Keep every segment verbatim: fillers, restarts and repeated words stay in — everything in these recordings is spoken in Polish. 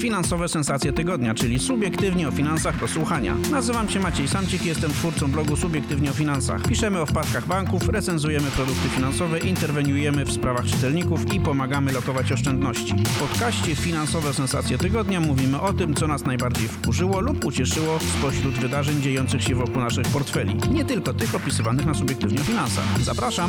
Finansowe sensacje tygodnia, czyli subiektywnie o finansach do słuchania. Nazywam się Maciej Samcik i jestem twórcą blogu Subiektywnie o finansach. Piszemy o wpadkach banków, recenzujemy produkty finansowe, interweniujemy w sprawach czytelników i pomagamy lokować oszczędności. W podcaście Finansowe sensacje tygodnia mówimy o tym, co nas najbardziej wkurzyło lub ucieszyło spośród wydarzeń dziejących się wokół naszych portfeli. Nie tylko tych opisywanych na Subiektywnie o finansach. Zapraszam!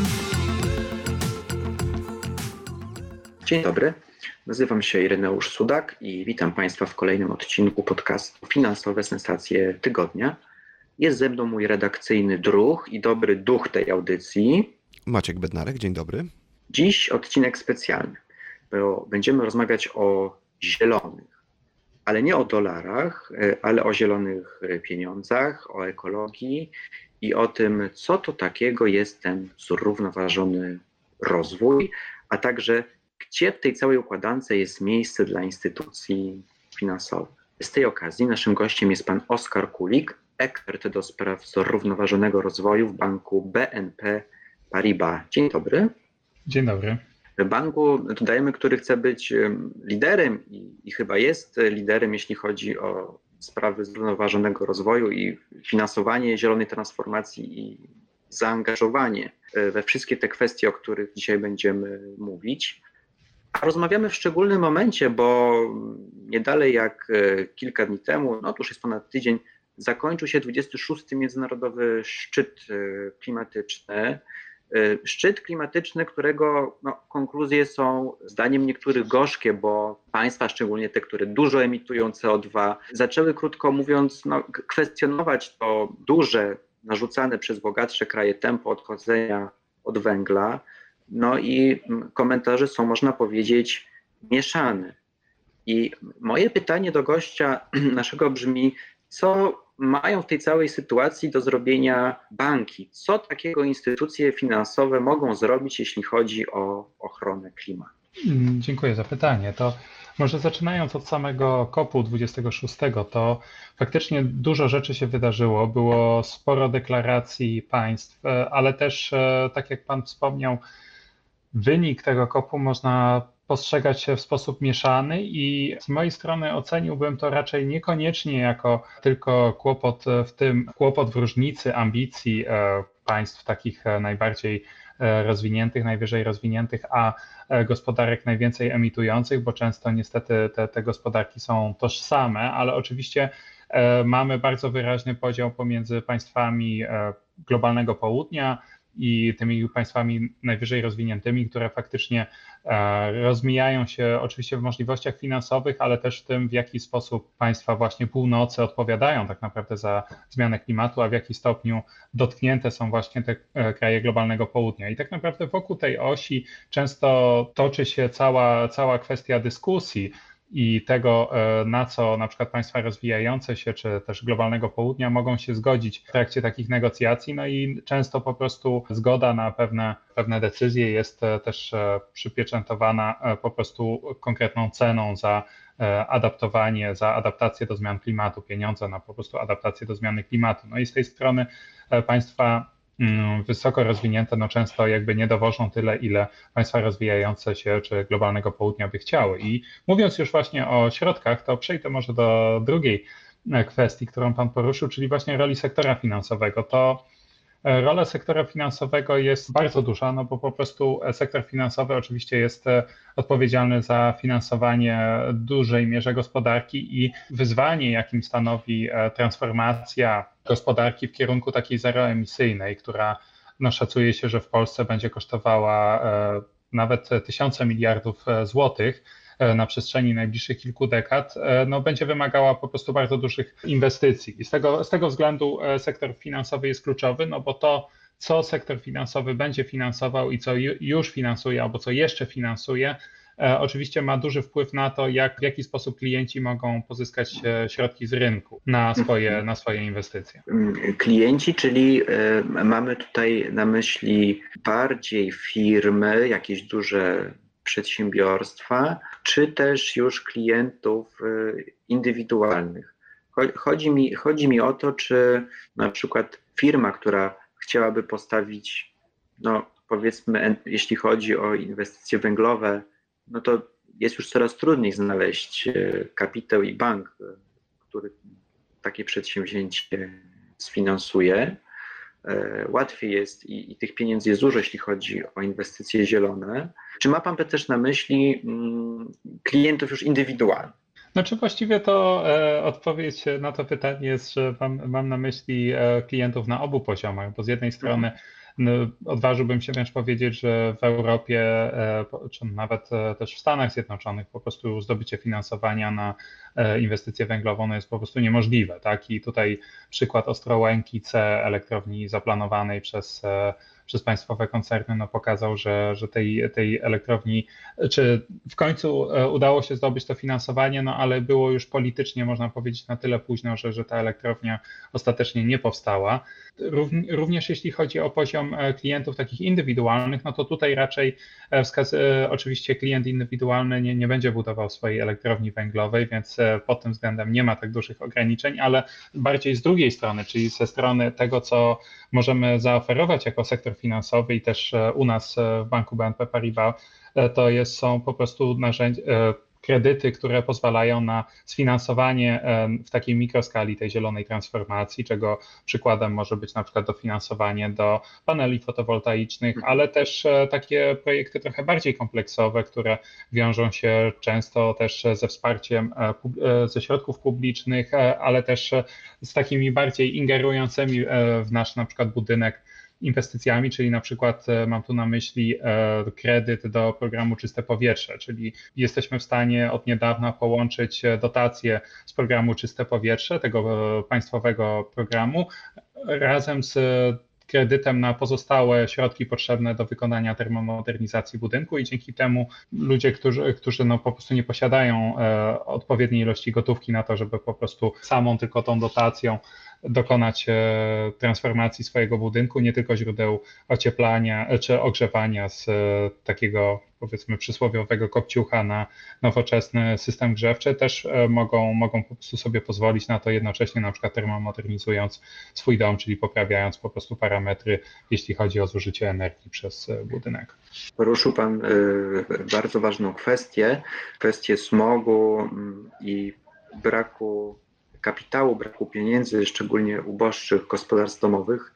Dzień dobry, nazywam się Ireneusz Sudak i witam Państwa w kolejnym odcinku podcastu Finansowe sensacje tygodnia. Jest ze mną mój redakcyjny druh i dobry duch tej audycji. Maciek Bednarek, dzień dobry. Dziś odcinek specjalny, bo będziemy rozmawiać o zielonych, ale nie o dolarach, ale o zielonych pieniądzach, o ekologii i o tym, co to takiego jest ten zrównoważony rozwój, a także gdzie w tej całej układance jest miejsce dla instytucji finansowych. Z tej okazji naszym gościem jest pan Oskar Kulik, ekspert do spraw zrównoważonego rozwoju w banku B N P Paribas. Dzień dobry. Dzień dobry. W banku dodajemy, który chce być liderem i, i chyba jest liderem, jeśli chodzi o sprawy zrównoważonego rozwoju i finansowanie zielonej transformacji i zaangażowanie we wszystkie te kwestie, o których dzisiaj będziemy mówić. A rozmawiamy w szczególnym momencie, bo nie dalej jak kilka dni temu, no to już jest ponad tydzień, zakończył się dwudziesty szósty Międzynarodowy Szczyt Klimatyczny. Szczyt klimatyczny, którego no, konkluzje są zdaniem niektórych gorzkie, bo państwa, szczególnie te, które dużo emitują C O dwa, zaczęły, krótko mówiąc, no, kwestionować to duże, narzucane przez bogatsze kraje tempo odchodzenia od węgla. No i komentarze są, można powiedzieć, mieszane. I moje pytanie do gościa naszego brzmi, co mają w tej całej sytuacji do zrobienia banki? Co takiego instytucje finansowe mogą zrobić, jeśli chodzi o ochronę klimatu? Dziękuję za pytanie. To może zaczynając od samego kopu dwudziestego szóstego, to faktycznie dużo rzeczy się wydarzyło. Było sporo deklaracji państw, ale też, tak jak pan wspomniał, wynik tego kopu można postrzegać w sposób mieszany i z mojej strony oceniłbym to raczej niekoniecznie jako tylko kłopot w tym, kłopot w różnicy ambicji państw takich najbardziej rozwiniętych, najwyżej rozwiniętych, a gospodarek najwięcej emitujących, bo często niestety te, te gospodarki są tożsame, ale oczywiście mamy bardzo wyraźny podział pomiędzy państwami globalnego południa i tymi państwami najwyżej rozwiniętymi, które faktycznie rozmijają się oczywiście w możliwościach finansowych, ale też w tym, w jaki sposób państwa właśnie północy odpowiadają tak naprawdę za zmianę klimatu, a w jaki stopniu dotknięte są właśnie te kraje globalnego południa. I tak naprawdę wokół tej osi często toczy się cała, cała kwestia dyskusji i tego, na co na przykład państwa rozwijające się, czy też globalnego południa mogą się zgodzić w trakcie takich negocjacji, no i często po prostu zgoda na pewne, pewne decyzje jest też przypieczętowana po prostu konkretną ceną za adaptowanie, za adaptację do zmian klimatu, pieniądze na po prostu adaptację do zmiany klimatu. No i z tej strony państwa wysoko rozwinięte, no często jakby nie dowożą tyle, ile państwa rozwijające się czy globalnego południa by chciały. I mówiąc już właśnie o środkach, to przejdę może do drugiej kwestii, którą pan poruszył, czyli właśnie roli sektora finansowego. To rola sektora finansowego jest bardzo duża, no bo po prostu sektor finansowy oczywiście jest odpowiedzialny za finansowanie w dużej mierze gospodarki i wyzwanie, jakim stanowi transformacja gospodarki w kierunku takiej zeroemisyjnej, która no, szacuje się, że w Polsce będzie kosztowała nawet tysiące miliardów złotych na przestrzeni najbliższych kilku dekad, no, będzie wymagała po prostu bardzo dużych inwestycji. I z tego, z tego względu sektor finansowy jest kluczowy, no bo to, co sektor finansowy będzie finansował i co już finansuje, albo co jeszcze finansuje, oczywiście ma duży wpływ na to, jak, w jaki sposób klienci mogą pozyskać środki z rynku na swoje, na swoje inwestycje. Klienci, czyli y, mamy tutaj na myśli bardziej firmy, jakieś duże przedsiębiorstwa, czy też już klientów y, indywidualnych. Chodzi mi, chodzi mi o to, czy na przykład firma, która chciałaby postawić, no powiedzmy, jeśli chodzi o inwestycje węglowe, no to jest już coraz trudniej znaleźć kapitał i bank, który takie przedsięwzięcie sfinansuje. Łatwiej jest i, i tych pieniędzy jest dużo, jeśli chodzi o inwestycje zielone. Czy ma Pan też na myśli mm, klientów już indywidualnych? Znaczy właściwie to e, odpowiedź na to pytanie jest, że mam, mam na myśli e, klientów na obu poziomach, bo z jednej strony no, odważyłbym się wręcz powiedzieć, że w Europie, e, czy nawet e, też w Stanach Zjednoczonych po prostu zdobycie finansowania na e, inwestycję węglową no, jest po prostu niemożliwe. Tak? I tutaj przykład Ostrołęki C, elektrowni zaplanowanej przez e, przez państwowe koncerny no, pokazał, że, że tej, tej elektrowni, czy w końcu udało się zdobyć to finansowanie, no ale było już politycznie, można powiedzieć, na tyle późno, że, że ta elektrownia ostatecznie nie powstała. Również jeśli chodzi o poziom klientów takich indywidualnych, no to tutaj raczej wskaz, oczywiście klient indywidualny nie, nie będzie budował swojej elektrowni węglowej, więc pod tym względem nie ma tak dużych ograniczeń, ale bardziej z drugiej strony, czyli ze strony tego, co możemy zaoferować jako sektor finansowy i też u nas w banku B N P Paribas, to jest, są po prostu narzędzia, kredyty, które pozwalają na sfinansowanie w takiej mikroskali tej zielonej transformacji, czego przykładem może być na przykład dofinansowanie do paneli fotowoltaicznych, ale też takie projekty trochę bardziej kompleksowe, które wiążą się często też ze wsparciem ze środków publicznych, ale też z takimi bardziej ingerującymi w nasz na przykład budynek inwestycjami, czyli na przykład mam tu na myśli kredyt do programu Czyste Powietrze, czyli jesteśmy w stanie od niedawna połączyć dotacje z programu Czyste Powietrze, tego państwowego programu, razem z kredytem na pozostałe środki potrzebne do wykonania termomodernizacji budynku i dzięki temu ludzie, którzy, którzy no po prostu nie posiadają e, odpowiedniej ilości gotówki na to, żeby po prostu samą tylko tą dotacją dokonać e, transformacji swojego budynku, nie tylko źródeł ocieplania czy ogrzewania z e, takiego powiedzmy przysłowiowego kopciucha na nowoczesny system grzewczy, też e, mogą, mogą po prostu sobie pozwolić na to jednocześnie na przykład termomodernizując swój dom, czyli poprawiając po prostu parametry, jeśli chodzi o zużycie energii przez budynek. Poruszył Pan bardzo ważną kwestię, kwestię smogu i braku kapitału, braku pieniędzy, szczególnie uboższych gospodarstw domowych,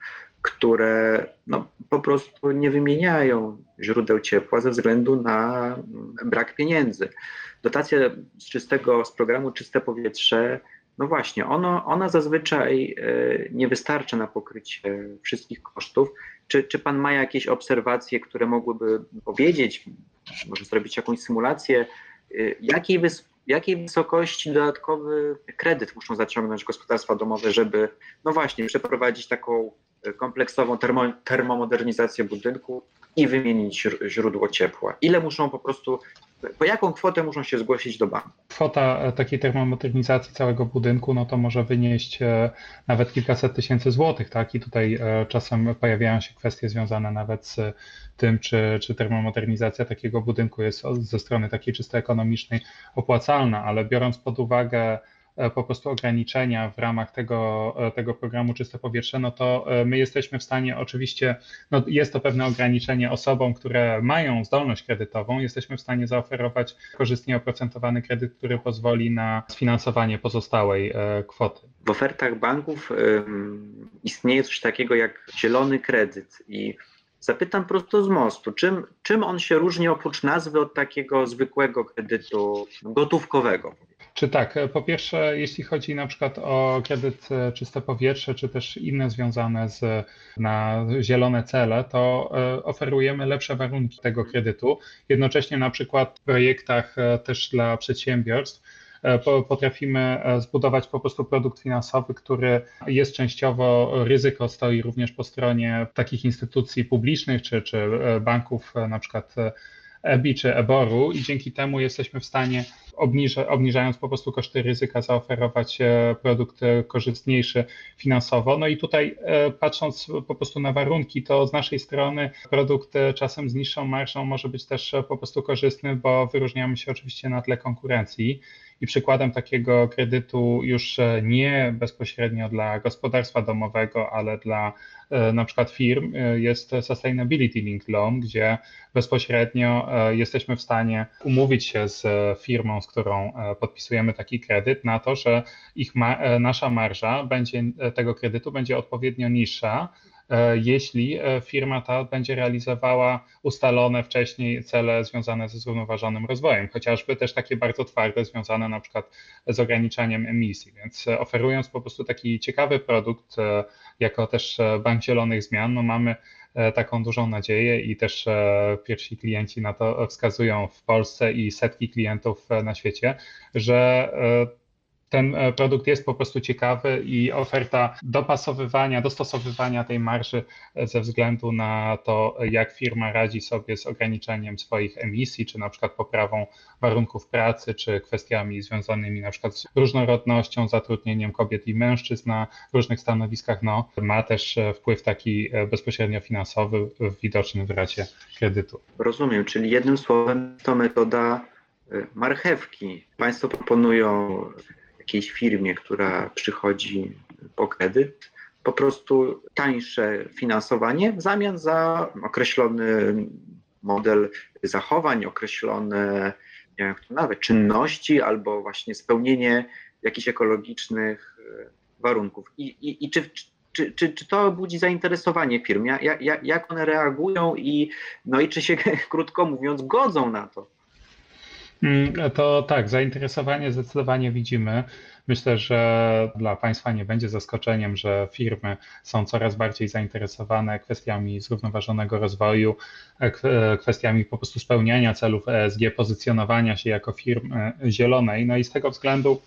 które no, po prostu nie wymieniają źródeł ciepła ze względu na brak pieniędzy. Dotacja z czystego, z programu Czyste Powietrze, no właśnie, ono, ona zazwyczaj nie wystarcza na pokrycie wszystkich kosztów. Czy, czy Pan ma jakieś obserwacje, które mogłyby powiedzieć, może zrobić jakąś symulację, jakiej, wys- jakiej wysokości dodatkowy kredyt muszą zaciągnąć gospodarstwa domowe, żeby no właśnie przeprowadzić taką kompleksową termo, termomodernizację budynku i wymienić źródło ciepła? Ile muszą po prostu, po jaką kwotę muszą się zgłosić do banku? Kwota takiej termomodernizacji całego budynku, no to może wynieść nawet kilkaset tysięcy złotych, tak? I tutaj czasem pojawiają się kwestie związane nawet z tym, czy, czy termomodernizacja takiego budynku jest ze strony takiej czysto ekonomicznej opłacalna, ale biorąc pod uwagę po prostu ograniczenia w ramach tego, tego programu Czyste Powietrze, no to my jesteśmy w stanie oczywiście, no jest to pewne ograniczenie osobom, które mają zdolność kredytową, jesteśmy w stanie zaoferować korzystnie oprocentowany kredyt, który pozwoli na sfinansowanie pozostałej kwoty. W ofertach banków um, istnieje coś takiego jak zielony kredyt i zapytam prosto z mostu, czym, czym on się różni oprócz nazwy od takiego zwykłego kredytu gotówkowego? Czy tak, po pierwsze, jeśli chodzi na przykład o kredyt Czyste Powietrze, czy też inne związane z, na zielone cele, to oferujemy lepsze warunki tego kredytu. Jednocześnie na przykład w projektach też dla przedsiębiorstw potrafimy zbudować po prostu produkt finansowy, który jest częściowo, ryzyko stoi również po stronie takich instytucji publicznych, czy, czy banków, na przykład E B I czy Eboru i dzięki temu jesteśmy w stanie, obniża, obniżając po prostu koszty ryzyka, zaoferować produkt korzystniejszy finansowo. No i tutaj patrząc po prostu na warunki, to z naszej strony produkt czasem z niższą marżą może być też po prostu korzystny, bo wyróżniamy się oczywiście na tle konkurencji. I przykładem takiego kredytu już nie bezpośrednio dla gospodarstwa domowego, ale dla na przykład firm jest Sustainability Linked Loan, gdzie bezpośrednio jesteśmy w stanie umówić się z firmą, z którą podpisujemy taki kredyt, na to, że ich ma, nasza marża będzie, tego kredytu będzie odpowiednio niższa, jeśli firma ta będzie realizowała ustalone wcześniej cele związane ze zrównoważonym rozwojem, chociażby też takie bardzo twarde, związane na przykład z ograniczaniem emisji. Więc oferując po prostu taki ciekawy produkt, jako też Bank Zielonych Zmian, no mamy taką dużą nadzieję i też pierwsi klienci na to wskazują w Polsce i setki klientów na świecie, że ten produkt jest po prostu ciekawy i oferta dopasowywania, dostosowywania tej marży ze względu na to, jak firma radzi sobie z ograniczeniem swoich emisji, czy na przykład poprawą warunków pracy, czy kwestiami związanymi na przykład z różnorodnością, zatrudnieniem kobiet i mężczyzn na różnych stanowiskach, no, ma też wpływ taki bezpośrednio finansowy widoczny w racie kredytu. Rozumiem, czyli jednym słowem to metoda marchewki. Państwo proponują jakiejś firmie, która przychodzi po kredyt, po prostu tańsze finansowanie w zamian za określony model zachowań, określone, nie wiem, nawet czynności albo właśnie spełnienie jakichś ekologicznych warunków. I, i, i czy, czy, czy, czy to budzi zainteresowanie firm? Jak, jak, jak one reagują i, no i czy się, krótko mówiąc, godzą na to? To tak, zainteresowanie zdecydowanie widzimy. Myślę, że dla Państwa nie będzie zaskoczeniem, że firmy są coraz bardziej zainteresowane kwestiami zrównoważonego rozwoju, kwestiami po prostu spełniania celów E S G, pozycjonowania się jako firmy zielonej. No i z tego względu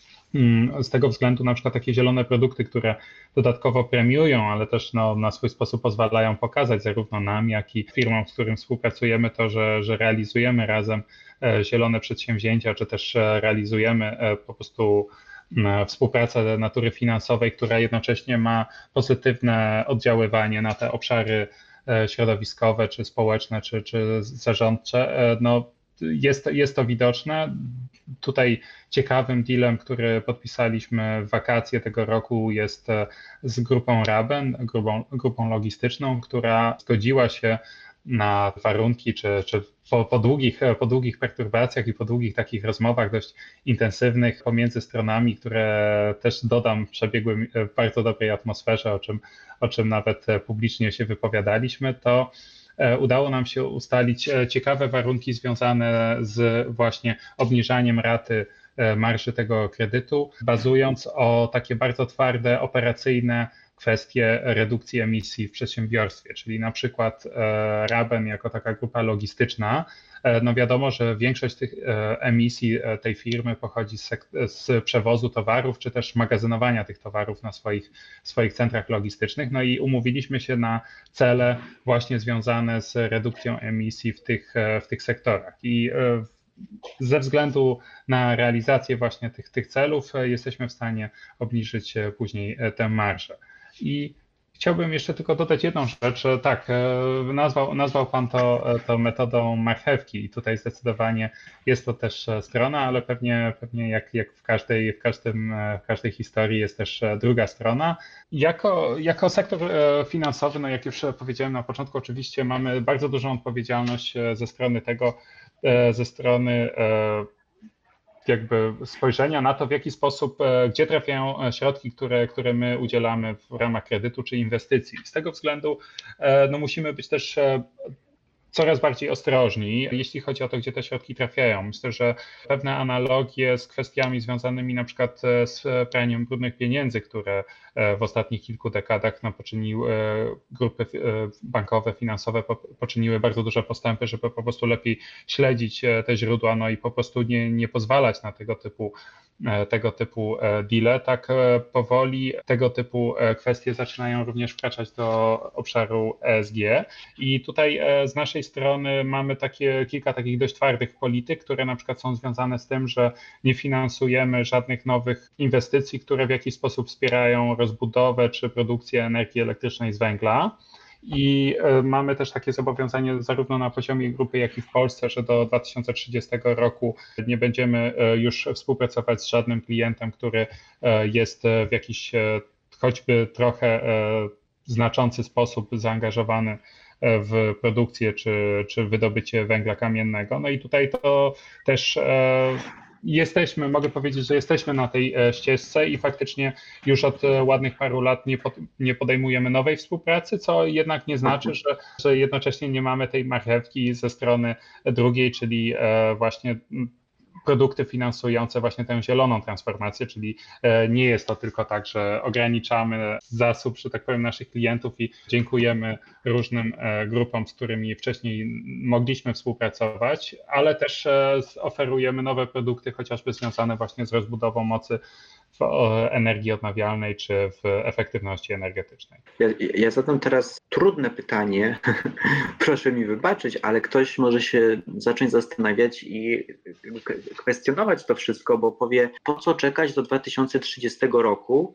Z tego względu na przykład takie zielone produkty, które dodatkowo premiują, ale też no, na swój sposób pozwalają pokazać zarówno nam, jak i firmom, z którym współpracujemy, to, że, że realizujemy razem zielone przedsięwzięcia, czy też realizujemy po prostu współpracę natury finansowej, która jednocześnie ma pozytywne oddziaływanie na te obszary środowiskowe, czy społeczne, czy, czy zarządcze. No, Jest, jest to widoczne. Tutaj ciekawym dealem, który podpisaliśmy w wakacje tego roku, jest z grupą Raben, grupą, grupą logistyczną, która zgodziła się na warunki, czy, czy po, po, długich, po długich perturbacjach i po długich takich rozmowach dość intensywnych pomiędzy stronami, które też dodam przebiegły w bardzo dobrej atmosferze, o czym, o czym nawet publicznie się wypowiadaliśmy, to udało nam się ustalić ciekawe warunki związane z właśnie obniżaniem raty marży tego kredytu, bazując o takie bardzo twarde, operacyjne kwestie redukcji emisji w przedsiębiorstwie, czyli na przykład Raben jako taka grupa logistyczna. No wiadomo, że większość tych emisji tej firmy pochodzi z, z przewozu towarów, czy też magazynowania tych towarów na swoich, swoich centrach logistycznych. No i umówiliśmy się na cele właśnie związane z redukcją emisji w tych, w tych sektorach. I ze względu na realizację właśnie tych, tych celów jesteśmy w stanie obniżyć później tę marżę. I chciałbym jeszcze tylko dodać jedną rzecz. Tak, nazwał, nazwał Pan to, to metodą marchewki i tutaj zdecydowanie jest to też strona, ale pewnie, pewnie jak, jak w, każdej, w, każdym, w każdej historii jest też druga strona. Jako, jako sektor finansowy, no jak już powiedziałem na początku, oczywiście mamy bardzo dużą odpowiedzialność ze strony tego, ze strony jakby spojrzenia na to, w jaki sposób, gdzie trafiają środki, które, które my udzielamy w ramach kredytu czy inwestycji. Z tego względu no, musimy być też coraz bardziej ostrożni, jeśli chodzi o to, gdzie te środki trafiają. Myślę, że pewne analogie z kwestiami związanymi na przykład z praniem brudnych pieniędzy, które w ostatnich kilku dekadach no, poczyniły, grupy bankowe, finansowe poczyniły bardzo duże postępy, żeby po prostu lepiej śledzić te źródła, no i po prostu nie, nie pozwalać na tego typu tego typu deale, tak powoli tego typu kwestie zaczynają również wkraczać do obszaru E S G i tutaj z naszej strony mamy takie kilka takich dość twardych polityk, które na przykład są związane z tym, że nie finansujemy żadnych nowych inwestycji, które w jakiś sposób wspierają rozbudowę czy produkcję energii elektrycznej z węgla. I mamy też takie zobowiązanie zarówno na poziomie grupy, jak i w Polsce, że do dwa tysiące trzydziestego roku nie będziemy już współpracować z żadnym klientem, który jest w jakiś choćby trochę znaczący sposób zaangażowany w produkcję czy, czy wydobycie węgla kamiennego. No i tutaj to też jesteśmy, mogę powiedzieć, że jesteśmy na tej ścieżce i faktycznie już od ładnych paru lat nie, pod, nie podejmujemy nowej współpracy, co jednak nie znaczy, że, że jednocześnie nie mamy tej marchewki ze strony drugiej, czyli właśnie produkty finansujące właśnie tę zieloną transformację, czyli nie jest to tylko tak, że ograniczamy zasób, że tak powiem, naszych klientów i dziękujemy różnym grupom, z którymi wcześniej mogliśmy współpracować, ale też oferujemy nowe produkty, chociażby związane właśnie z rozbudową mocy w energii odnawialnej czy w efektywności energetycznej. Ja, ja zadam teraz trudne pytanie, proszę mi wybaczyć, ale ktoś może się zacząć zastanawiać i kwestionować to wszystko, bo powie, po co czekać do dwa tysiące trzydziestego roku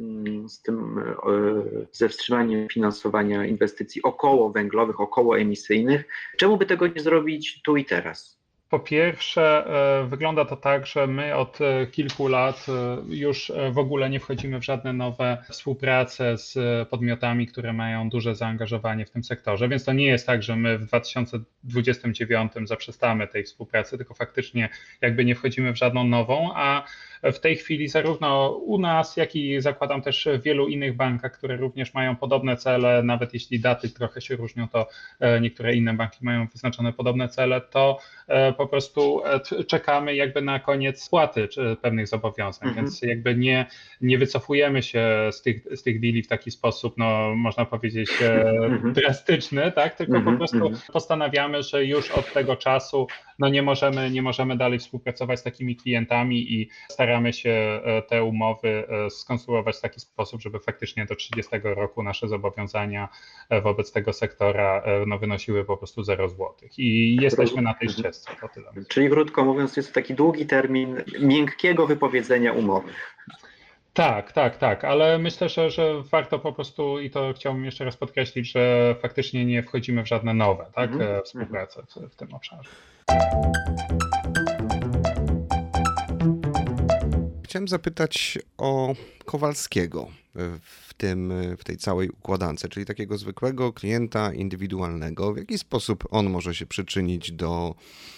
z tym, ze wstrzymaniem finansowania inwestycji okołowęglowych, okołoemisyjnych, czemu by tego nie zrobić tu i teraz? Po pierwsze, wygląda to tak, że my od kilku lat już w ogóle nie wchodzimy w żadne nowe współprace z podmiotami, które mają duże zaangażowanie w tym sektorze, więc to nie jest tak, że my w dwa tysiące dwudziestym dziewiątym zaprzestamy tej współpracy, tylko faktycznie jakby nie wchodzimy w żadną nową, a w tej chwili zarówno u nas, jak i zakładam też w wielu innych bankach, które również mają podobne cele, nawet jeśli daty trochę się różnią, to niektóre inne banki mają wyznaczone podobne cele, to po prostu czekamy jakby na koniec spłaty pewnych zobowiązań, mhm. więc jakby nie, nie wycofujemy się z tych, z tych deali w taki sposób, no można powiedzieć mhm. drastyczny, tak? Tylko mhm. po prostu postanawiamy, że już od tego czasu no nie możemy, nie możemy dalej współpracować z takimi klientami i staramy się te umowy skonstruować w taki sposób, żeby faktycznie do trzydziestego roku nasze zobowiązania wobec tego sektora no, wynosiły po prostu zero złotych. I jesteśmy na tej ścieżce. To tyle. Czyli krótko mówiąc, jest to taki długi termin miękkiego wypowiedzenia umowy. Tak, tak, tak, ale myślę, że, że warto po prostu, i to chciałbym jeszcze raz podkreślić, że faktycznie nie wchodzimy w żadne nowe tak, mm-hmm. współprace w, w tym obszarze. Chciałem zapytać o Kowalskiego w, tym, w tej całej układance, czyli takiego zwykłego klienta indywidualnego. W jaki sposób on może się przyczynić do,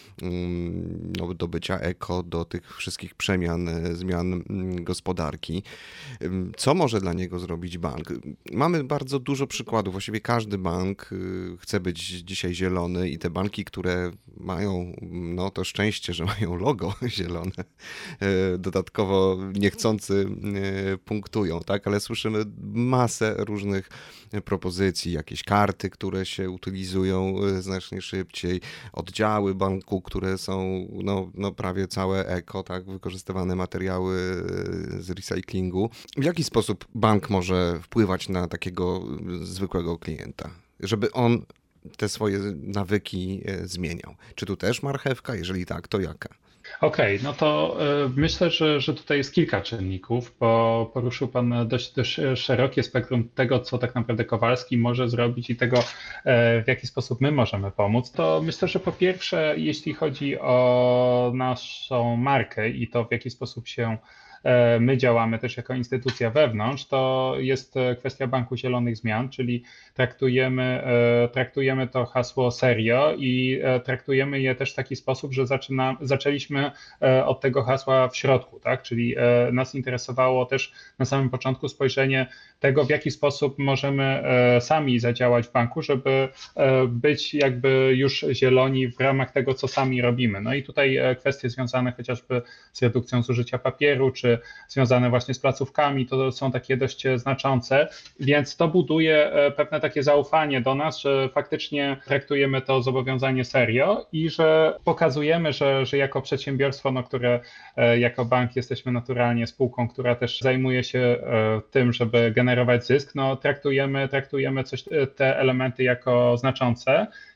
no, do bycia eko, do tych wszystkich przemian, zmian gospodarki? Co może dla niego zrobić bank? Mamy bardzo dużo przykładów. Właściwie każdy bank chce być dzisiaj zielony i te banki, które mają no, to szczęście, że mają logo zielone, dodatkowo niechcący punktują, tak? Ale słyszymy masę różnych propozycji, jakieś karty, które się utylizują znacznie szybciej, oddziały banku, które są no, no prawie całe eko, tak, wykorzystywane materiały z recyklingu. W jaki sposób bank może wpływać na takiego zwykłego klienta, żeby on te swoje nawyki zmieniał? Czy tu też marchewka? Jeżeli tak, to jaka? Okej, okay, no to myślę, że, że tutaj jest kilka czynników, bo poruszył Pan dość, dość szerokie spektrum tego, co tak naprawdę Kowalski może zrobić i tego, w jaki sposób my możemy pomóc. To myślę, że po pierwsze, jeśli chodzi o naszą markę i to, w jaki sposób się my działamy też jako instytucja wewnątrz, to jest kwestia Banku Zielonych Zmian, czyli traktujemy, traktujemy to hasło serio i traktujemy je też w taki sposób, że zaczyna, zaczęliśmy od tego hasła w środku, tak? Czyli nas interesowało też na samym początku spojrzenie tego, w jaki sposób możemy sami zadziałać w banku, żeby być jakby już zieloni w ramach tego, co sami robimy. No i tutaj kwestie związane chociażby z redukcją zużycia papieru, czy związane właśnie z placówkami, to są takie dość znaczące, więc to buduje pewne takie zaufanie do nas, że faktycznie traktujemy to zobowiązanie serio i że pokazujemy, że, że jako przedsiębiorstwo, no, które jako bank jesteśmy naturalnie spółką, która też zajmuje się tym, żeby generować zysk, no traktujemy, traktujemy coś, te elementy jako znaczące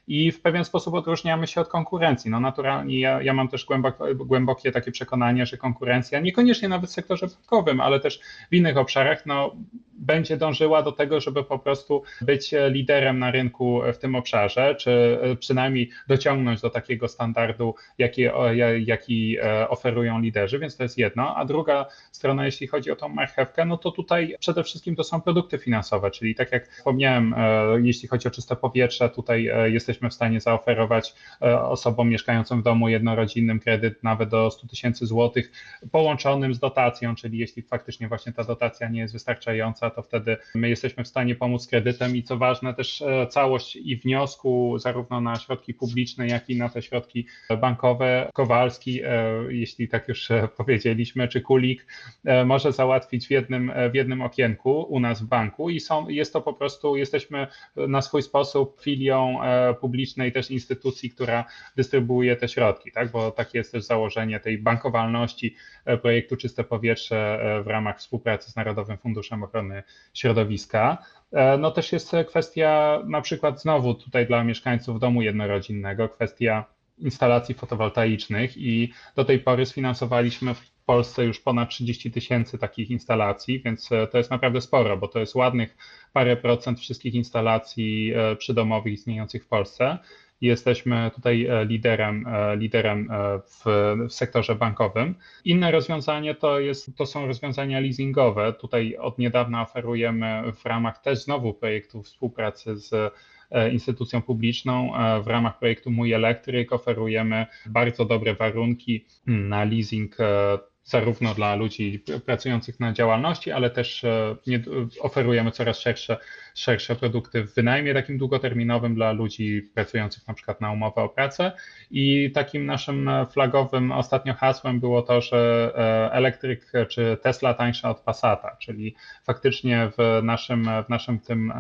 i w pewien sposób odróżniamy się od konkurencji. No naturalnie ja, ja mam też głęboko, głębokie takie przekonanie, że konkurencja, niekoniecznie nawet w sektorze bankowym, ale też w innych obszarach, no, będzie dążyła do tego, żeby po prostu być liderem na rynku w tym obszarze, czy przynajmniej dociągnąć do takiego standardu, jaki, jaki oferują liderzy, więc to jest jedno. A druga strona, jeśli chodzi o tą marchewkę, no to tutaj przede wszystkim to są produkty finansowe, czyli tak jak wspomniałem, jeśli chodzi o czyste powietrze, tutaj jesteśmy w stanie zaoferować osobom mieszkającym w domu jednorodzinnym kredyt nawet do stu tysięcy złotych, połączonym z dotacją, czyli jeśli faktycznie właśnie ta dotacja nie jest wystarczająca, to wtedy my jesteśmy w stanie pomóc kredytem i co ważne też całość i wniosku zarówno na środki publiczne, jak i na te środki bankowe. Kowalski, jeśli tak już powiedzieliśmy, czy Kulik może załatwić w jednym, w jednym okienku u nas w banku i są, jest to po prostu, jesteśmy na swój sposób filią publicznej też instytucji, która dystrybuuje te środki, tak? Bo takie jest też założenie tej bankowalności projektu Czyste Powietrze w ramach współpracy z Narodowym Funduszem Ochrony Środowiska. No też jest kwestia na przykład znowu tutaj dla mieszkańców domu jednorodzinnego, kwestia instalacji fotowoltaicznych i do tej pory sfinansowaliśmy w Polsce już ponad trzydzieści tysięcy takich instalacji, więc to jest naprawdę sporo, bo to jest ładnych parę procent wszystkich instalacji przydomowych istniejących w Polsce. Jesteśmy tutaj liderem, liderem w, w sektorze bankowym. Inne rozwiązanie to, jest, to są rozwiązania leasingowe. Tutaj od niedawna oferujemy w ramach też znowu projektu współpracy z instytucją publiczną, w ramach projektu Mój Elektryk oferujemy bardzo dobre warunki na leasing zarówno dla ludzi pracujących na działalności, ale też oferujemy coraz szersze, szersze produkty w wynajmie takim długoterminowym dla ludzi pracujących na przykład na umowę o pracę i takim naszym flagowym ostatnio hasłem było to, że elektryk czy Tesla tańsza od Passata, czyli faktycznie w naszym, w naszym tym,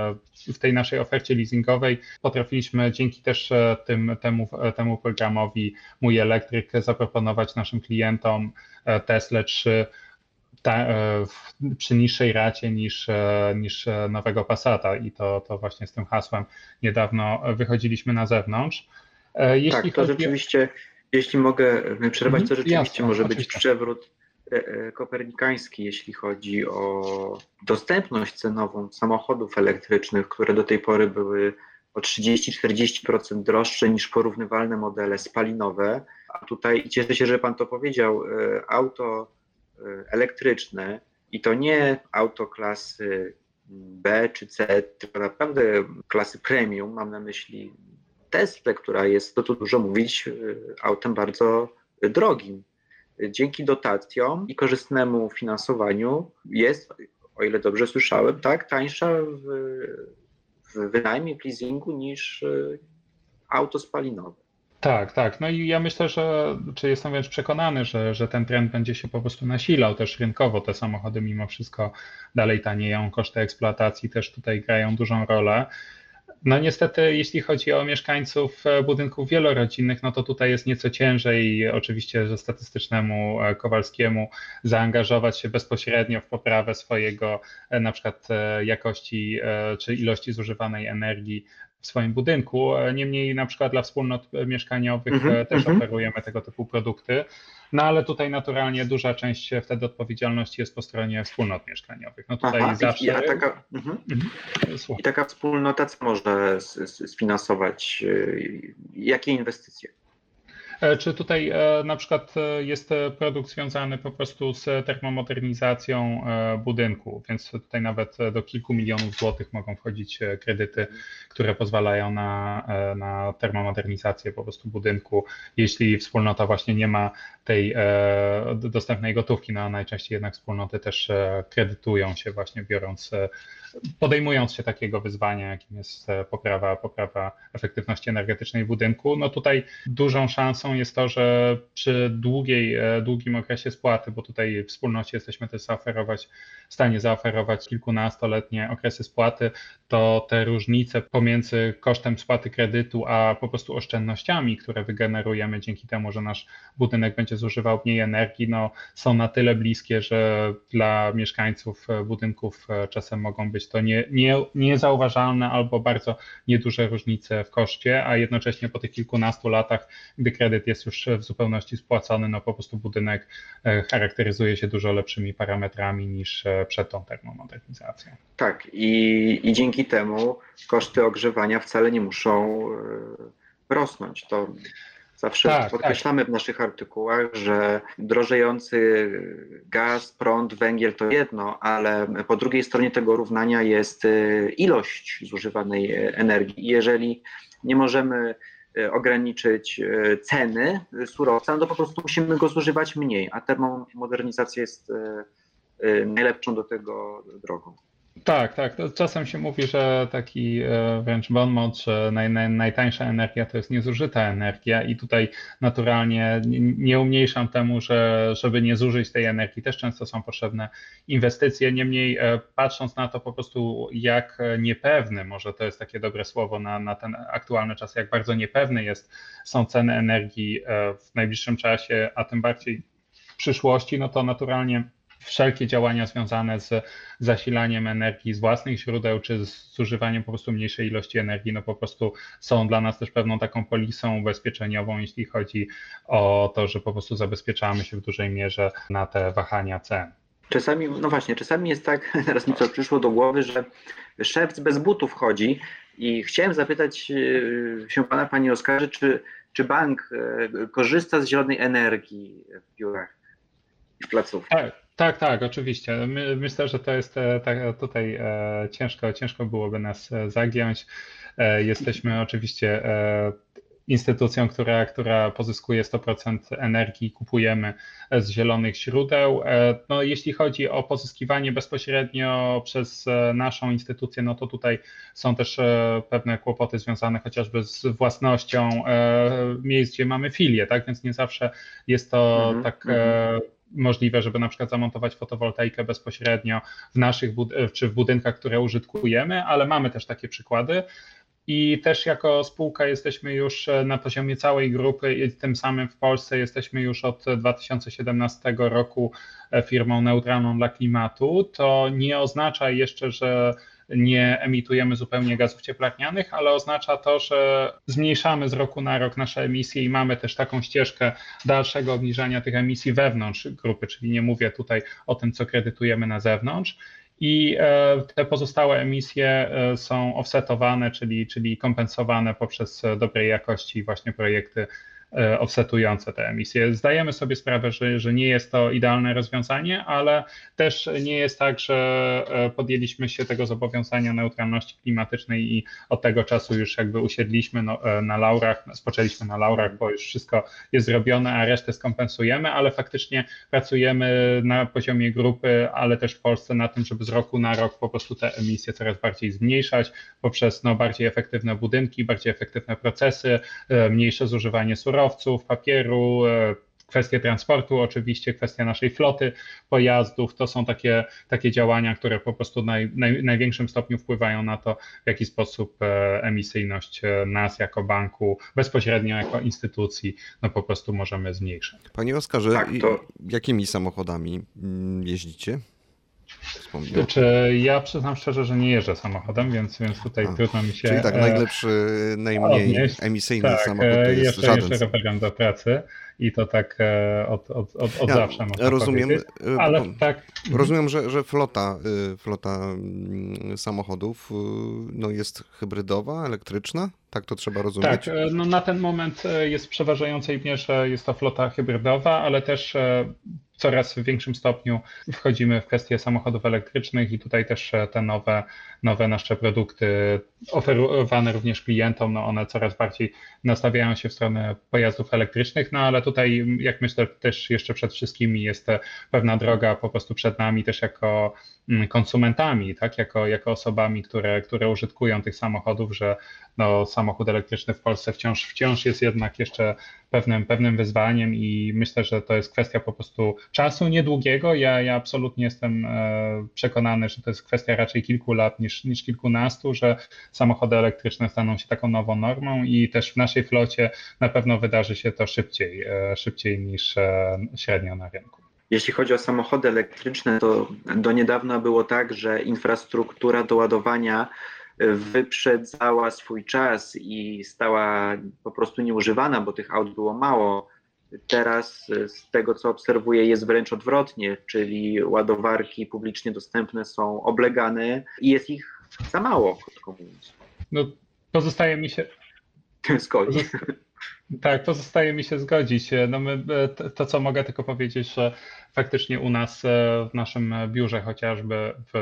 w tej naszej ofercie leasingowej potrafiliśmy dzięki też tym, temu, temu programowi Mój Elektryk zaproponować naszym klientom Tesla trzy ta, przy niższej racie niż, niż nowego Passata i to, to właśnie z tym hasłem niedawno wychodziliśmy na zewnątrz. Jeśli tak, to chodzi... rzeczywiście, jeśli mogę przerwać, to rzeczywiście Jasne, może oczywiście. być przewrót kopernikański, jeśli chodzi o dostępność cenową samochodów elektrycznych, które do tej pory były o trzydzieści do czterdziestu procent droższe niż porównywalne modele spalinowe. A tutaj cieszę się, że Pan to powiedział, auto elektryczne i to nie auto klasy B czy C, tylko naprawdę klasy premium, mam na myśli Teslę, która jest, to tu dużo mówić, autem bardzo drogim. Dzięki dotacjom i korzystnemu finansowaniu jest, o ile dobrze słyszałem, tak, tańsza w, w wynajmie, w leasingu niż auto spalinowe. Tak, tak. No i ja myślę, że, czy jestem wręcz przekonany, że, że ten trend będzie się po prostu nasilał też rynkowo. Te samochody mimo wszystko dalej tanieją, koszty eksploatacji też tutaj grają dużą rolę. No niestety, jeśli chodzi o mieszkańców budynków wielorodzinnych, no to tutaj jest nieco ciężej oczywiście, że statystycznemu Kowalskiemu zaangażować się bezpośrednio w poprawę swojego na przykład jakości czy ilości zużywanej energii w swoim budynku. Niemniej na przykład dla wspólnot mieszkaniowych mm-hmm, też mm-hmm. oferujemy tego typu produkty. No ale tutaj naturalnie duża część wtedy odpowiedzialności jest po stronie wspólnot mieszkaniowych. No tutaj Aha, zawsze... I, a taka, mhm. I taka wspólnota co może sfinansować? Jakie inwestycje? Czy tutaj na przykład jest produkt związany po prostu z termomodernizacją budynku, więc tutaj nawet do kilku milionów złotych mogą wchodzić kredyty, które pozwalają na, na termomodernizację po prostu budynku, jeśli wspólnota właśnie nie ma tej dostępnej gotówki, no a najczęściej jednak wspólnoty też kredytują się właśnie biorąc, podejmując się takiego wyzwania, jakim jest poprawa, poprawa efektywności energetycznej budynku. No tutaj dużą szansą szansą jest to, że przy długiej, długim okresie spłaty, bo tutaj w wspólnocie jesteśmy też zaoferować, w stanie zaoferować kilkunastoletnie okresy spłaty, to te różnice pomiędzy kosztem spłaty kredytu, a po prostu oszczędnościami, które wygenerujemy dzięki temu, że nasz budynek będzie zużywał mniej energii, no, są na tyle bliskie, że dla mieszkańców budynków czasem mogą być to nie, nie, niezauważalne albo bardzo nieduże różnice w koszcie, a jednocześnie po tych kilkunastu latach, gdy kredyt jest już w zupełności spłacony, no po prostu budynek charakteryzuje się dużo lepszymi parametrami niż przed tą termomodernizacją. Tak, i, i dzięki temu koszty ogrzewania wcale nie muszą rosnąć. To zawsze tak, podkreślamy tak. w naszych artykułach, że drożejący gaz, prąd, węgiel to jedno, ale po drugiej stronie tego równania jest ilość zużywanej energii. Jeżeli nie możemy ograniczyć ceny surowca, no to po prostu musimy go zużywać mniej, a termomodernizacja jest najlepszą do tego drogą. Tak, tak. To czasem się mówi, że taki wręcz bon mot, że naj, naj, najtańsza energia to jest niezużyta energia i tutaj naturalnie nie umniejszam temu, że żeby nie zużyć tej energii też często są potrzebne inwestycje. Niemniej patrząc na to po prostu jak niepewny, może to jest takie dobre słowo na, na ten aktualny czas, jak bardzo niepewne jest, są ceny energii w najbliższym czasie, a tym bardziej w przyszłości, no to naturalnie wszelkie działania związane z zasilaniem energii z własnych źródeł, czy z zużywaniem po prostu mniejszej ilości energii, no po prostu są dla nas też pewną taką polisą ubezpieczeniową, jeśli chodzi o to, że po prostu zabezpieczamy się w dużej mierze na te wahania cen. Czasami, no właśnie, czasami jest tak, teraz mi to przyszło do głowy, że szewc bez butów chodzi i chciałem zapytać się pana, panie Oskarze, czy, czy bank korzysta z zielonej energii w biurach i w placówkach? Tak. Tak, tak, oczywiście. My, myślę, że to jest tak, tutaj ciężko, ciężko byłoby nas zagiąć. Jesteśmy oczywiście instytucją, która, która pozyskuje sto procent energii, kupujemy z zielonych źródeł. No, jeśli chodzi o pozyskiwanie bezpośrednio przez naszą instytucję, no to tutaj są też pewne kłopoty związane chociażby z własnością miejsc, gdzie mamy filię, tak? Więc nie zawsze jest to mm-hmm. tak możliwe, żeby na przykład zamontować fotowoltaikę bezpośrednio w naszych bud- czy w budynkach, które użytkujemy, ale mamy też takie przykłady. I też jako spółka jesteśmy już na poziomie całej grupy i tym samym w Polsce jesteśmy już od dwa tysiące siedemnastego roku firmą neutralną dla klimatu. To nie oznacza jeszcze, że nie emitujemy zupełnie gazów cieplarnianych, ale oznacza to, że zmniejszamy z roku na rok nasze emisje i mamy też taką ścieżkę dalszego obniżania tych emisji wewnątrz grupy, czyli nie mówię tutaj o tym, co kredytujemy na zewnątrz. I te pozostałe emisje są offsetowane, czyli, czyli kompensowane poprzez dobrej jakości właśnie projekty offsetujące te emisje. Zdajemy sobie sprawę, że, że nie jest to idealne rozwiązanie, ale też nie jest tak, że podjęliśmy się tego zobowiązania neutralności klimatycznej i od tego czasu już jakby usiedliśmy no, na laurach, spoczęliśmy na laurach, bo już wszystko jest zrobione, a resztę skompensujemy, ale faktycznie pracujemy na poziomie grupy, ale też w Polsce na tym, żeby z roku na rok po prostu te emisje coraz bardziej zmniejszać poprzez no, bardziej efektywne budynki, bardziej efektywne procesy, mniejsze zużywanie surowców, papieru, kwestie transportu, oczywiście kwestia naszej floty pojazdów. To są takie, takie działania, które po prostu w naj, naj, największym stopniu wpływają na to, w jaki sposób emisyjność nas jako banku, bezpośrednio jako instytucji, no po prostu możemy zmniejszyć. Panie Oskarze, tak, to... jakimi samochodami jeździcie? Czy ja przyznam szczerze, że nie jeżdżę samochodem, więc, więc tutaj A, trudno mi się Czyli tak najlepszy, najmniej odnieść. emisyjny tak, samochód to jest jeszcze, żaden. Jeszcze rowerem do pracy i to tak od, od, od, od ja zawsze można rozumiem, powiedzieć. Ale bo, tak. Rozumiem, że, że flota, flota samochodów no jest hybrydowa, elektryczna? Tak to trzeba rozumieć? Tak, no na ten moment jest w przeważającej mierze jest to flota hybrydowa, ale też w coraz większym stopniu wchodzimy w kwestie samochodów elektrycznych i tutaj też te nowe, nowe nasze produkty oferowane również klientom, no one coraz bardziej nastawiają się w stronę pojazdów elektrycznych, no ale tutaj jak myślę też jeszcze przed wszystkimi jest pewna droga po prostu przed nami też jako konsumentami, tak, jako, jako osobami, które, które użytkują tych samochodów, że no, samochód elektryczny w Polsce wciąż, wciąż jest jednak jeszcze pewnym, pewnym wyzwaniem i myślę, że to jest kwestia po prostu czasu niedługiego. Ja, ja absolutnie jestem przekonany, że to jest kwestia raczej kilku lat niż, niż kilkunastu, że samochody elektryczne staną się taką nową normą i też w naszej flocie na pewno wydarzy się to szybciej, szybciej niż średnio na rynku. Jeśli chodzi o samochody elektryczne, to do niedawna było tak, że infrastruktura do ładowania wyprzedzała swój czas i stała po prostu nieużywana, bo tych aut było mało. Teraz z tego, co obserwuję, jest wręcz odwrotnie, czyli ładowarki publicznie dostępne są oblegane i jest ich za mało, krótko mówiąc. No, pozostaje mi się... Zgodnie. Tak, pozostaje mi się zgodzić. No my, to, to, co mogę tylko powiedzieć, że faktycznie u nas w naszym biurze chociażby, w,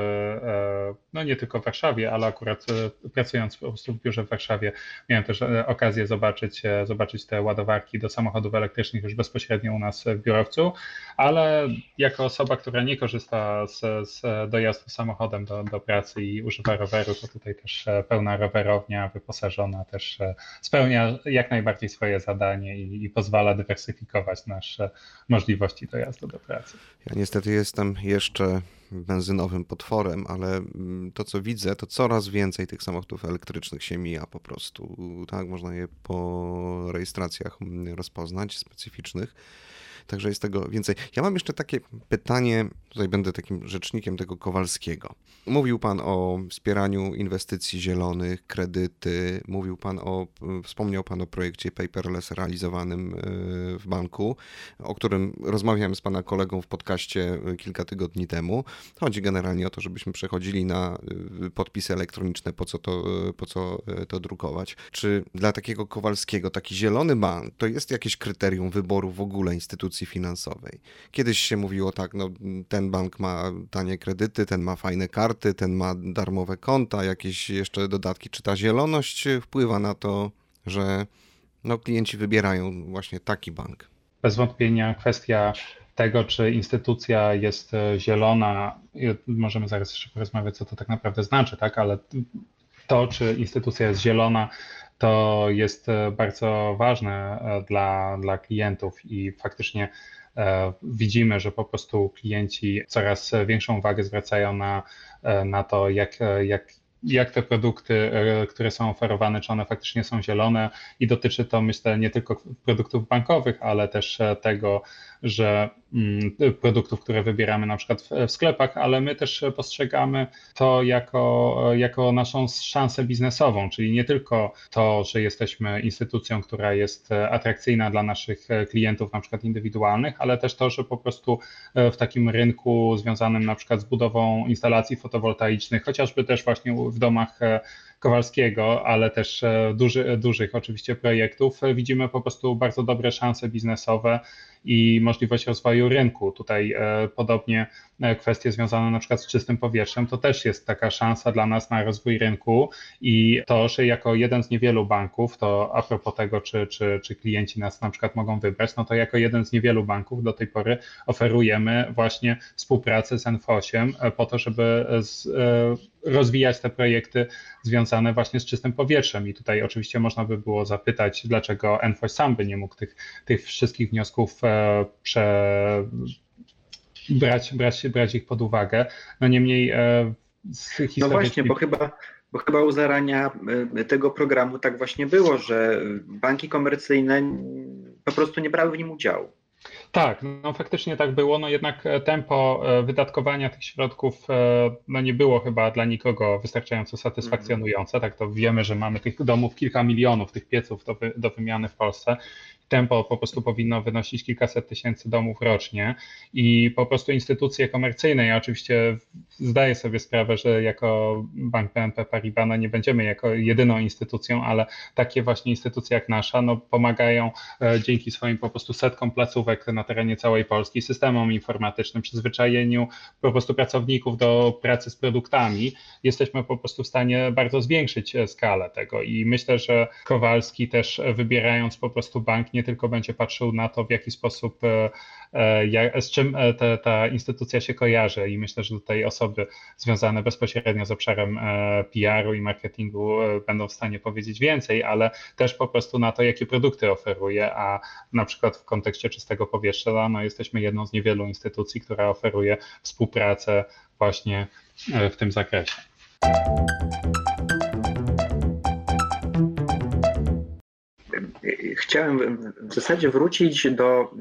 no nie tylko w Warszawie, ale akurat pracując po prostu w biurze w Warszawie, miałem też okazję zobaczyć, zobaczyć te ładowarki do samochodów elektrycznych już bezpośrednio u nas w biurowcu, ale jako osoba, która nie korzysta z, z dojazdu samochodem do, do pracy i używa roweru, to tutaj też pełna rowerownia wyposażona też spełnia jak najbardziej swoje zadanie i, i pozwala dywersyfikować nasze możliwości dojazdu do pracy. Ja niestety jestem jeszcze benzynowym potworem, ale to, co widzę, to coraz więcej tych samochodów elektrycznych się mija po prostu. Tak, można je po rejestracjach rozpoznać, specyficznych. Także jest tego więcej. Ja mam jeszcze takie pytanie, tutaj będę takim rzecznikiem tego Kowalskiego. Mówił pan o wspieraniu inwestycji zielonych, kredyty, mówił pan o, wspomniał pan o projekcie Paperless realizowanym w banku, o którym rozmawiałem z pana kolegą w podcaście kilka tygodni temu. Chodzi generalnie o to, żebyśmy przechodzili na podpisy elektroniczne, po co to, po co to drukować. Czy dla takiego Kowalskiego taki zielony bank to jest jakieś kryterium wyboru w ogóle instytucji finansowej? Kiedyś się mówiło tak, no ten bank ma tanie kredyty, ten ma fajne karty, ten ma darmowe konta, jakieś jeszcze dodatki. Czy ta zieloność wpływa na to, że no, klienci wybierają właśnie taki bank? Bez wątpienia kwestia tego, czy instytucja jest zielona, możemy zaraz jeszcze porozmawiać, co to tak naprawdę znaczy, tak? Ale to, czy instytucja jest zielona, to jest bardzo ważne dla, dla klientów i faktycznie widzimy, że po prostu klienci coraz większą uwagę zwracają na, na to, jak, jak, jak te produkty, które są oferowane, czy one faktycznie są zielone i dotyczy to, myślę, nie tylko produktów bankowych, ale też tego, że produktów, które wybieramy na przykład w sklepach, ale my też postrzegamy to jako, jako naszą szansę biznesową, czyli nie tylko to, że jesteśmy instytucją, która jest atrakcyjna dla naszych klientów, na przykład indywidualnych, ale też to, że po prostu w takim rynku związanym na przykład z budową instalacji fotowoltaicznych, chociażby też właśnie w domach Kowalskiego, ale też duży, dużych oczywiście projektów, widzimy po prostu bardzo dobre szanse biznesowe i możliwość rozwoju rynku. Tutaj podobnie kwestie związane na przykład z czystym powietrzem, to też jest taka szansa dla nas na rozwój rynku i to, że jako jeden z niewielu banków, to a propos tego, czy, czy, czy klienci nas na przykład mogą wybrać, no to jako jeden z niewielu banków do tej pory oferujemy właśnie współpracę z N F O osiem po to, żeby z, rozwijać te projekty związane właśnie z czystym powietrzem i tutaj oczywiście można by było zapytać, dlaczego N F O sam by nie mógł tych, tych wszystkich wniosków prze, brać, brać, brać ich pod uwagę. No niemniej z historii... No właśnie, bo chyba, bo chyba u zarania tego programu tak właśnie było, że banki komercyjne po prostu nie brały w nim udziału. Tak, no faktycznie tak było, no jednak tempo wydatkowania tych środków no nie było chyba dla nikogo wystarczająco satysfakcjonujące, tak to wiemy, że mamy tych domów kilka milionów, tych pieców do, wy, do wymiany w Polsce. Tempo po prostu powinno wynosić kilkaset tysięcy domów rocznie i po prostu instytucje komercyjne, ja oczywiście zdaję sobie sprawę, że jako Bank B N P Paribas no nie będziemy jako jedyną instytucją, ale takie właśnie instytucje jak nasza no pomagają dzięki swoim po prostu setkom placówek na terenie całej Polski, systemom informatycznym, przyzwyczajeniu po prostu pracowników do pracy z produktami. Jesteśmy po prostu w stanie bardzo zwiększyć skalę tego i myślę, że Kowalski też wybierając po prostu bank nie nie tylko będzie patrzył na to, w jaki sposób, jak, z czym te, ta instytucja się kojarzy i myślę, że tutaj osoby związane bezpośrednio z obszarem P R-u i marketingu będą w stanie powiedzieć więcej, ale też po prostu na to, jakie produkty oferuje, a na przykład w kontekście czystego powietrza no, jesteśmy jedną z niewielu instytucji, która oferuje współpracę właśnie w tym zakresie. Chciałem w zasadzie wrócić do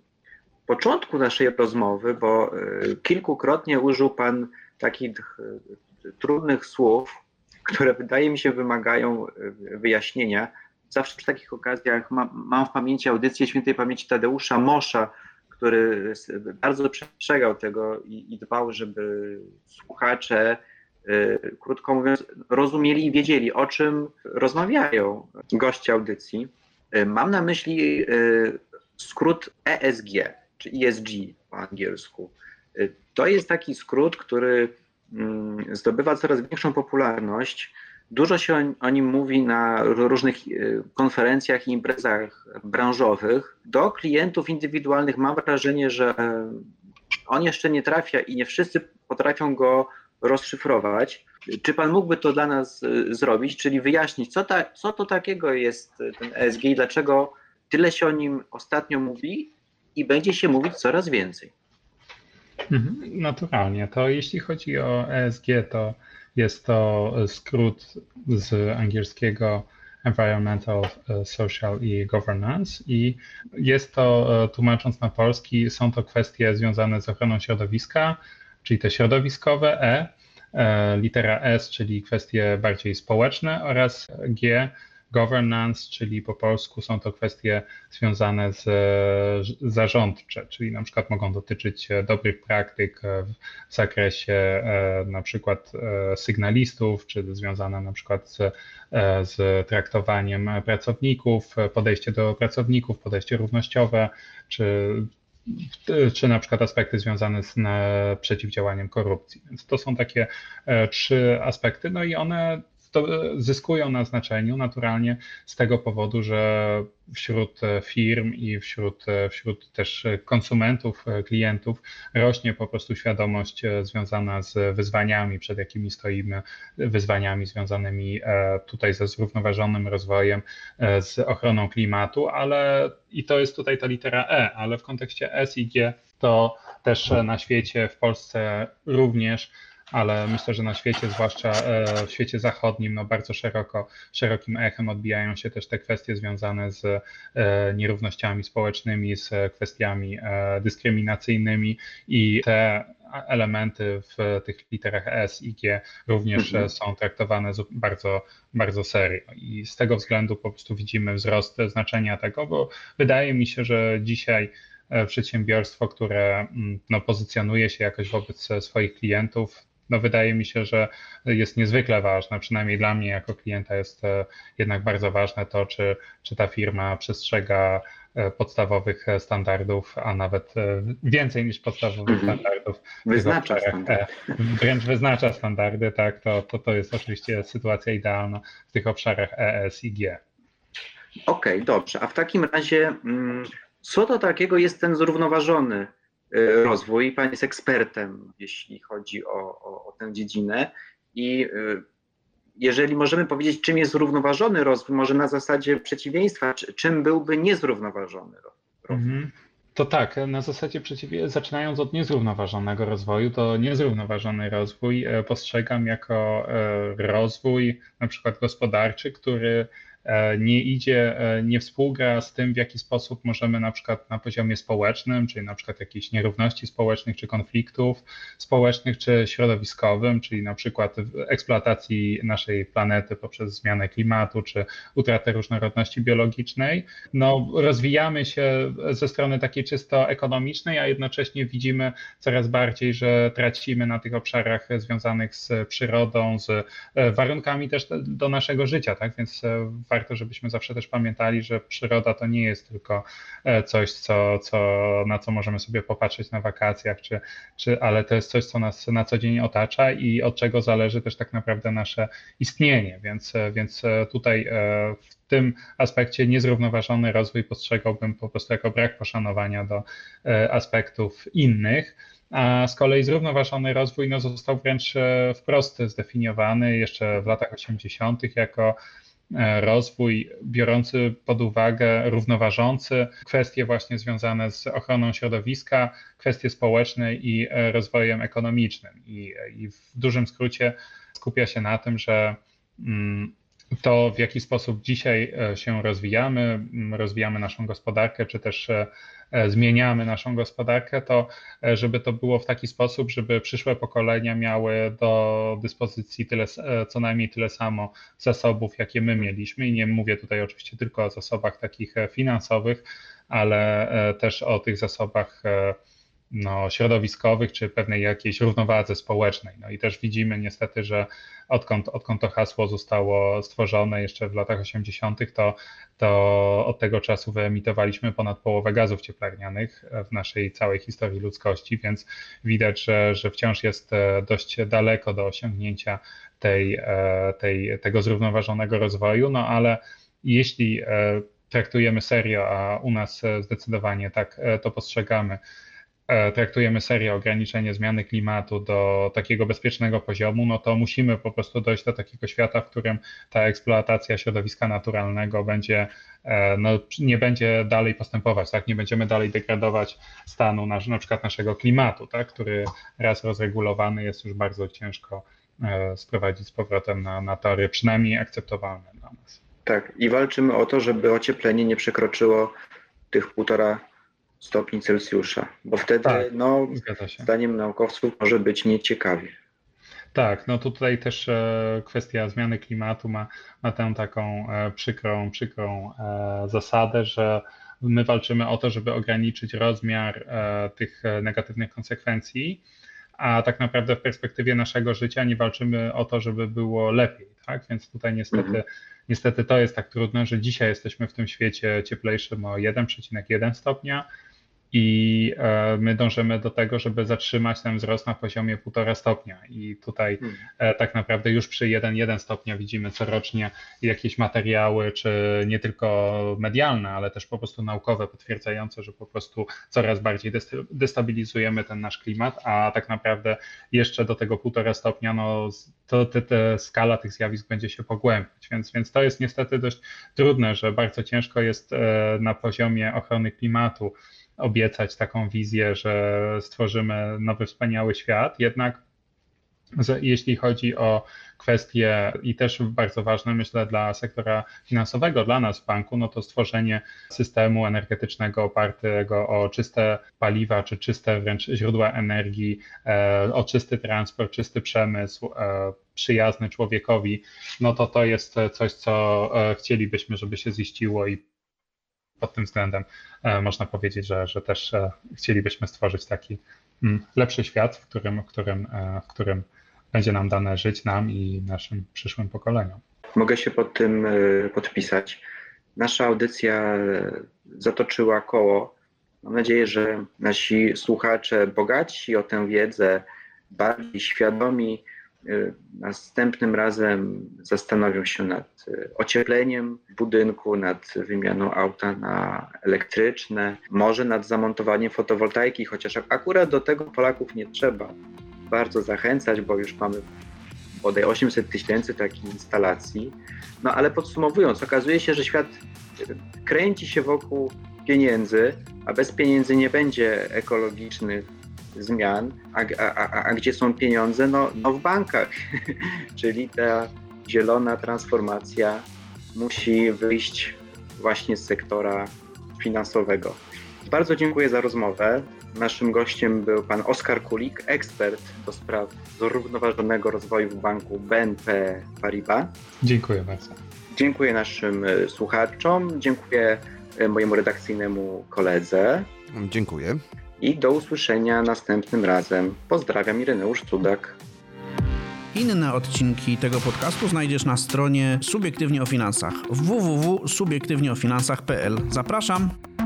początku naszej rozmowy, bo kilkukrotnie użył Pan takich trudnych słów, które wydaje mi się wymagają wyjaśnienia. Zawsze przy takich okazjach mam, mam w pamięci audycję świętej pamięci Tadeusza Mosza, który bardzo przestrzegał tego i, i dbał, żeby słuchacze, y, krótko mówiąc, rozumieli i wiedzieli, o czym rozmawiają goście audycji. Y, mam na myśli y, skrót E S G, czy E S G po angielsku. Y, to jest taki skrót, który y, zdobywa coraz większą popularność. Dużo się o, o nim mówi na różnych konferencjach i imprezach branżowych. Do klientów indywidualnych mam wrażenie, że on jeszcze nie trafia i nie wszyscy potrafią go rozszyfrować. Czy Pan mógłby to dla nas zrobić, czyli wyjaśnić, co, ta, co to takiego jest ten E S G i dlaczego tyle się o nim ostatnio mówi i będzie się mówić coraz więcej? Mhm, naturalnie. To jeśli chodzi o E S G, to jest to skrót z angielskiego Environmental, Social i Governance i jest to, tłumacząc na polski, są to kwestie związane z ochroną środowiska, czyli te środowiskowe, E, litera S, czyli kwestie bardziej społeczne oraz G, governance, czyli po polsku są to kwestie związane z zarządcze, czyli na przykład mogą dotyczyć dobrych praktyk w zakresie na przykład sygnalistów, czy związane na przykład z, z traktowaniem pracowników, podejście do pracowników, podejście równościowe, czy czy na przykład aspekty związane z przeciwdziałaniem korupcji. Więc to są takie trzy aspekty, no i one to zyskują na znaczeniu naturalnie z tego powodu, że wśród firm i wśród, wśród też konsumentów, klientów rośnie po prostu świadomość związana z wyzwaniami, przed jakimi stoimy, wyzwaniami związanymi tutaj ze zrównoważonym rozwojem, z ochroną klimatu, ale i to jest tutaj ta litera E, ale w kontekście S i G to też na świecie, w Polsce również, ale myślę, że na świecie, zwłaszcza w świecie zachodnim, no bardzo szeroko, szerokim echem odbijają się też te kwestie związane z nierównościami społecznymi, z kwestiami dyskryminacyjnymi i te elementy w tych literach S i G również mhm. są traktowane bardzo, bardzo serio i z tego względu po prostu widzimy wzrost znaczenia tego, bo wydaje mi się, że dzisiaj przedsiębiorstwo, które no, pozycjonuje się jakoś wobec swoich klientów, no wydaje mi się, że jest niezwykle ważne, przynajmniej dla mnie jako klienta jest jednak bardzo ważne to, czy, czy ta firma przestrzega podstawowych standardów, a nawet więcej niż podstawowych mhm. standardów. Wyznacza standardy. Wręcz wyznacza standardy, tak, to, to, to jest oczywiście sytuacja idealna w tych obszarach E, S i G. Okej, okay, dobrze, a w takim razie co to takiego jest ten zrównoważony rozwój? Pan jest ekspertem, jeśli chodzi o, o, o tę dziedzinę i jeżeli możemy powiedzieć, czym jest zrównoważony rozwój, może na zasadzie przeciwieństwa, czym byłby niezrównoważony rozwój? Mhm. To tak, na zasadzie przeciw... zaczynając od niezrównoważonego rozwoju, to niezrównoważony rozwój postrzegam jako rozwój na przykład gospodarczy, który nie idzie, nie współgra z tym, w jaki sposób możemy na przykład na poziomie społecznym, czyli na przykład jakichś nierówności społecznych, czy konfliktów społecznych, czy środowiskowym, czyli na przykład eksploatacji naszej planety poprzez zmianę klimatu, czy utratę różnorodności biologicznej. No, rozwijamy się ze strony takiej czysto ekonomicznej, a jednocześnie widzimy coraz bardziej, że tracimy na tych obszarach związanych z przyrodą, z warunkami też do naszego życia, tak? Więc warto, żebyśmy zawsze też pamiętali, że przyroda to nie jest tylko coś, co, co, na co możemy sobie popatrzeć na wakacjach, czy, czy, ale to jest coś, co nas na co dzień otacza i od czego zależy też tak naprawdę nasze istnienie, więc, więc tutaj w tym aspekcie niezrównoważony rozwój postrzegałbym po prostu jako brak poszanowania do aspektów innych. A z kolei zrównoważony rozwój no, został wręcz wprost zdefiniowany jeszcze w latach osiemdziesiątych jako rozwój biorący pod uwagę, równoważący kwestie właśnie związane z ochroną środowiska, kwestie społeczne i rozwojem ekonomicznym. I, i w dużym skrócie skupia się na tym, że to, w jaki sposób dzisiaj się rozwijamy, rozwijamy naszą gospodarkę, czy też zmieniamy naszą gospodarkę, to żeby to było w taki sposób, żeby przyszłe pokolenia miały do dyspozycji tyle, co najmniej tyle samo zasobów, jakie my mieliśmy. I nie mówię tutaj oczywiście tylko o zasobach takich finansowych, ale też o tych zasobach no, środowiskowych, czy pewnej jakiejś równowadze społecznej. No i też widzimy niestety, że odkąd, odkąd to hasło zostało stworzone jeszcze w latach osiemdziesiątych, to, to od tego czasu wyemitowaliśmy ponad połowę gazów cieplarnianych w naszej całej historii ludzkości, więc widać, że, że wciąż jest dość daleko do osiągnięcia tej, tej, tego zrównoważonego rozwoju, no ale jeśli traktujemy serio, a u nas zdecydowanie tak to postrzegamy, traktujemy serio ograniczenie zmiany klimatu do takiego bezpiecznego poziomu, no to musimy po prostu dojść do takiego świata, w którym ta eksploatacja środowiska naturalnego będzie, no, nie będzie dalej postępować, tak? Nie będziemy dalej degradować stanu nasz, na przykład naszego klimatu, tak? Który raz rozregulowany jest już bardzo ciężko sprowadzić z powrotem na, na tory przynajmniej akceptowalne dla nas. Tak, i walczymy o to, żeby ocieplenie nie przekroczyło tych półtora stopni Celsjusza, bo wtedy, tak, no, zdaniem naukowców, może być nieciekawie. Tak, no tutaj też e, kwestia zmiany klimatu ma, ma tę taką e, przykrą, przykrą e, zasadę, że my walczymy o to, żeby ograniczyć rozmiar e, tych negatywnych konsekwencji, a tak naprawdę w perspektywie naszego życia nie walczymy o to, żeby było lepiej, tak? Więc tutaj niestety, mhm. niestety to jest tak trudne, że dzisiaj jesteśmy w tym świecie cieplejszym o jeden przecinek jeden stopnia, i my dążymy do tego, żeby zatrzymać ten wzrost na poziomie półtora stopnia i tutaj hmm. tak naprawdę już przy jeden przecinek jeden stopnia widzimy corocznie jakieś materiały, czy nie tylko medialne, ale też po prostu naukowe, potwierdzające, że po prostu coraz bardziej destabilizujemy ten nasz klimat, a tak naprawdę jeszcze do tego półtora stopnia, no to te, te skala tych zjawisk będzie się pogłębiać, więc, więc to jest niestety dość trudne, że bardzo ciężko jest na poziomie ochrony klimatu obiecać taką wizję, że stworzymy nowy, wspaniały świat, jednak jeśli chodzi o kwestie i też bardzo ważne, myślę, dla sektora finansowego, dla nas w banku, no to stworzenie systemu energetycznego opartego o czyste paliwa, czy czyste wręcz źródła energii, o czysty transport, czysty przemysł, przyjazny człowiekowi, no to to jest coś, co chcielibyśmy, żeby się ziściło i pod tym względem e, można powiedzieć, że, że też e, chcielibyśmy stworzyć taki m, lepszy świat, w którym, w, którym, e, w którym będzie nam dane żyć, nam i naszym przyszłym pokoleniom. Mogę się pod tym e, podpisać. Nasza audycja zatoczyła koło. Mam nadzieję, że nasi słuchacze bogaci o tę wiedzę, bardziej świadomi, następnym razem zastanowią się nad ociepleniem budynku, nad wymianą auta na elektryczne, może nad zamontowaniem fotowoltaiki, chociaż akurat do tego Polaków nie trzeba bardzo zachęcać, bo już mamy bodaj osiemset tysięcy takich instalacji. No ale podsumowując, okazuje się, że świat kręci się wokół pieniędzy, a bez pieniędzy nie będzie ekologicznych zmian, a, a, a gdzie są pieniądze? No, no w bankach, czyli ta zielona transformacja musi wyjść właśnie z sektora finansowego. Bardzo dziękuję za rozmowę. Naszym gościem był pan Oskar Kulik, ekspert do spraw zrównoważonego rozwoju w banku B N P Paribas. Dziękuję bardzo. Dziękuję naszym słuchaczom, dziękuję mojemu redakcyjnemu koledze. Dziękuję. I do usłyszenia następnym razem. Pozdrawiam, Ireneusz Cudak. Inne odcinki tego podcastu znajdziesz na stronie Subiektywnie o Finansach w w w kropka subiektywnieofinansach kropka p l. Zapraszam!